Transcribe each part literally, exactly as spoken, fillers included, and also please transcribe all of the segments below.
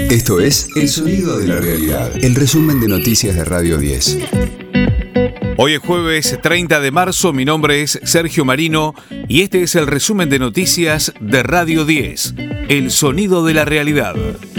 Esto es El Sonido de la Realidad, el resumen de noticias de Radio diez. Hoy es jueves treinta de marzo, mi nombre es Sergio Marino y este es el resumen de noticias de Radio diez, El Sonido de la Realidad.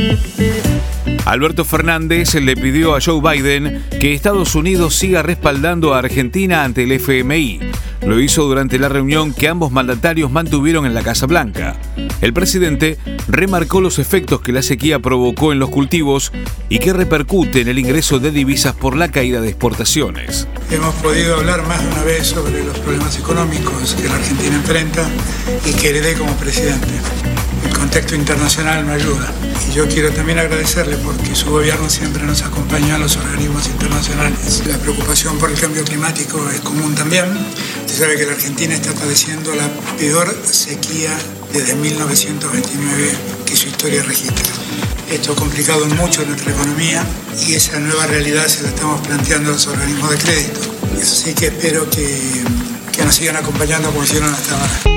Alberto Fernández le pidió a Joe Biden que Estados Unidos siga respaldando a Argentina ante el F M I. Lo hizo durante la reunión que ambos mandatarios mantuvieron en la Casa Blanca. El presidente remarcó los efectos que la sequía provocó en los cultivos y que repercute en el ingreso de divisas por la caída de exportaciones. Hemos podido hablar más de una vez sobre los problemas económicos que la Argentina enfrenta y que heredé como presidente. El contexto internacional no ayuda. Y yo quiero también agradecerle porque su gobierno siempre nos acompañó a los organismos internacionales. La preocupación por el cambio climático es común también. Usted sabe que la Argentina está padeciendo la peor sequía desde mil novecientos veintinueve que su historia registra. Esto ha complicado mucho nuestra economía y esa nueva realidad se la estamos planteando a los organismos de crédito. Así que espero que, que nos sigan acompañando como hicieron hasta ahora.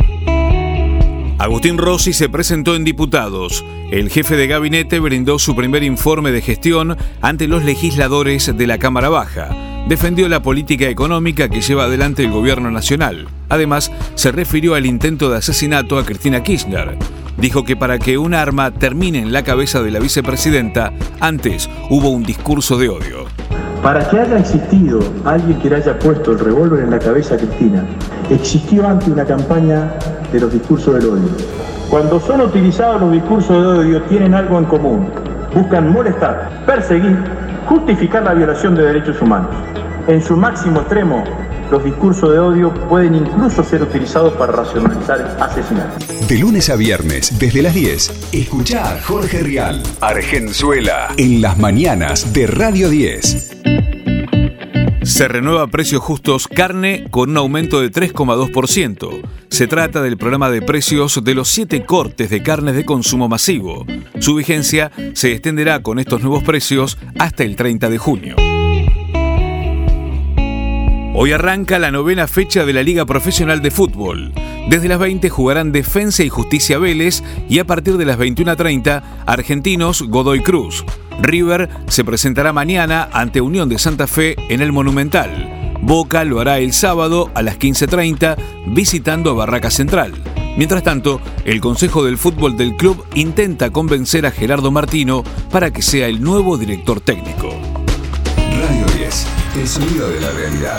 Agustín Rossi se presentó en Diputados. El jefe de gabinete brindó su primer informe de gestión ante los legisladores de la Cámara Baja. Defendió la política económica que lleva adelante el gobierno nacional. Además, se refirió al intento de asesinato a Cristina Kirchner. Dijo que para que un arma termine en la cabeza de la vicepresidenta, antes hubo un discurso de odio. Para que haya existido alguien que le haya puesto el revólver en la cabeza a Cristina, existió antes una campaña de los discursos del odio. Cuando son utilizados los discursos de odio, tienen algo en común. Buscan molestar, perseguir, justificar la violación de derechos humanos. En su máximo extremo, los discursos de odio pueden incluso ser utilizados para racionalizar asesinatos. De lunes a viernes, desde las diez, escuchá a Jorge Rial, Argenzuela, en las mañanas de Radio diez. Se renueva a precios justos carne con un aumento de tres coma dos por ciento. Se trata del programa de precios de los siete cortes de carnes de consumo masivo. Su vigencia se extenderá con estos nuevos precios hasta el treinta de junio. Hoy arranca la novena fecha de la Liga Profesional de Fútbol. Desde las veinte jugarán Defensa y Justicia Vélez y a partir de las veintiuna treinta Argentinos Godoy Cruz. River se presentará mañana ante Unión de Santa Fe en el Monumental. Boca lo hará el sábado a las quince treinta visitando a Barraca Central. Mientras tanto, el Consejo del Fútbol del club intenta convencer a Gerardo Martino para que sea el nuevo director técnico. Radio diez, el sonido de la realidad.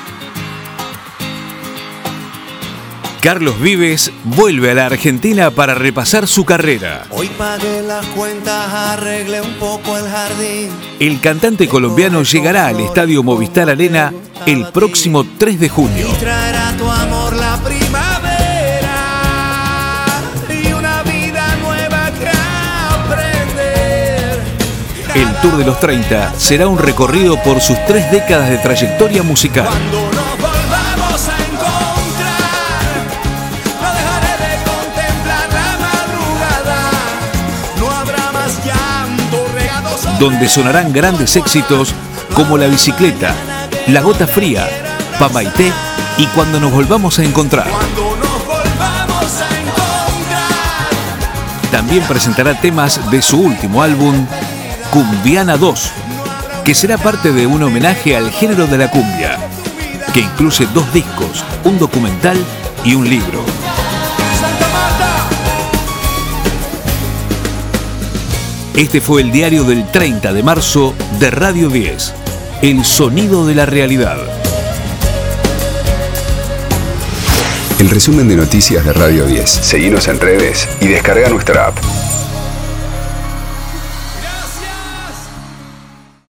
Carlos Vives vuelve a la Argentina para repasar su carrera. Hoy pagué las cuentas, arreglé un poco el jardín. El cantante colombiano llegará al Estadio Movistar Arena el próximo tres de junio. Y traerá tu amor la primavera y una vida nueva que aprender. El Tour de los treinta será un recorrido por sus tres décadas de trayectoria musical. Cuando nos volvamos a encontrar, no dejaré de contemplar la madrugada. No habrá más llanto regado sobre Donde sonarán grandes éxitos como La Bicicleta, La Gota Fría, Pamaité y Cuando nos volvamos a encontrar. Cuando nos volvamos a encontrar. También presentará temas de su último álbum, Cumbiana dos, que será parte de un homenaje al género de la cumbia, que incluye dos discos, un documental y un libro. Este fue el diario del treinta de marzo de Radio diez, El Sonido de la Realidad. El resumen de noticias de Radio diez. Seguinos en redes y descarga nuestra app.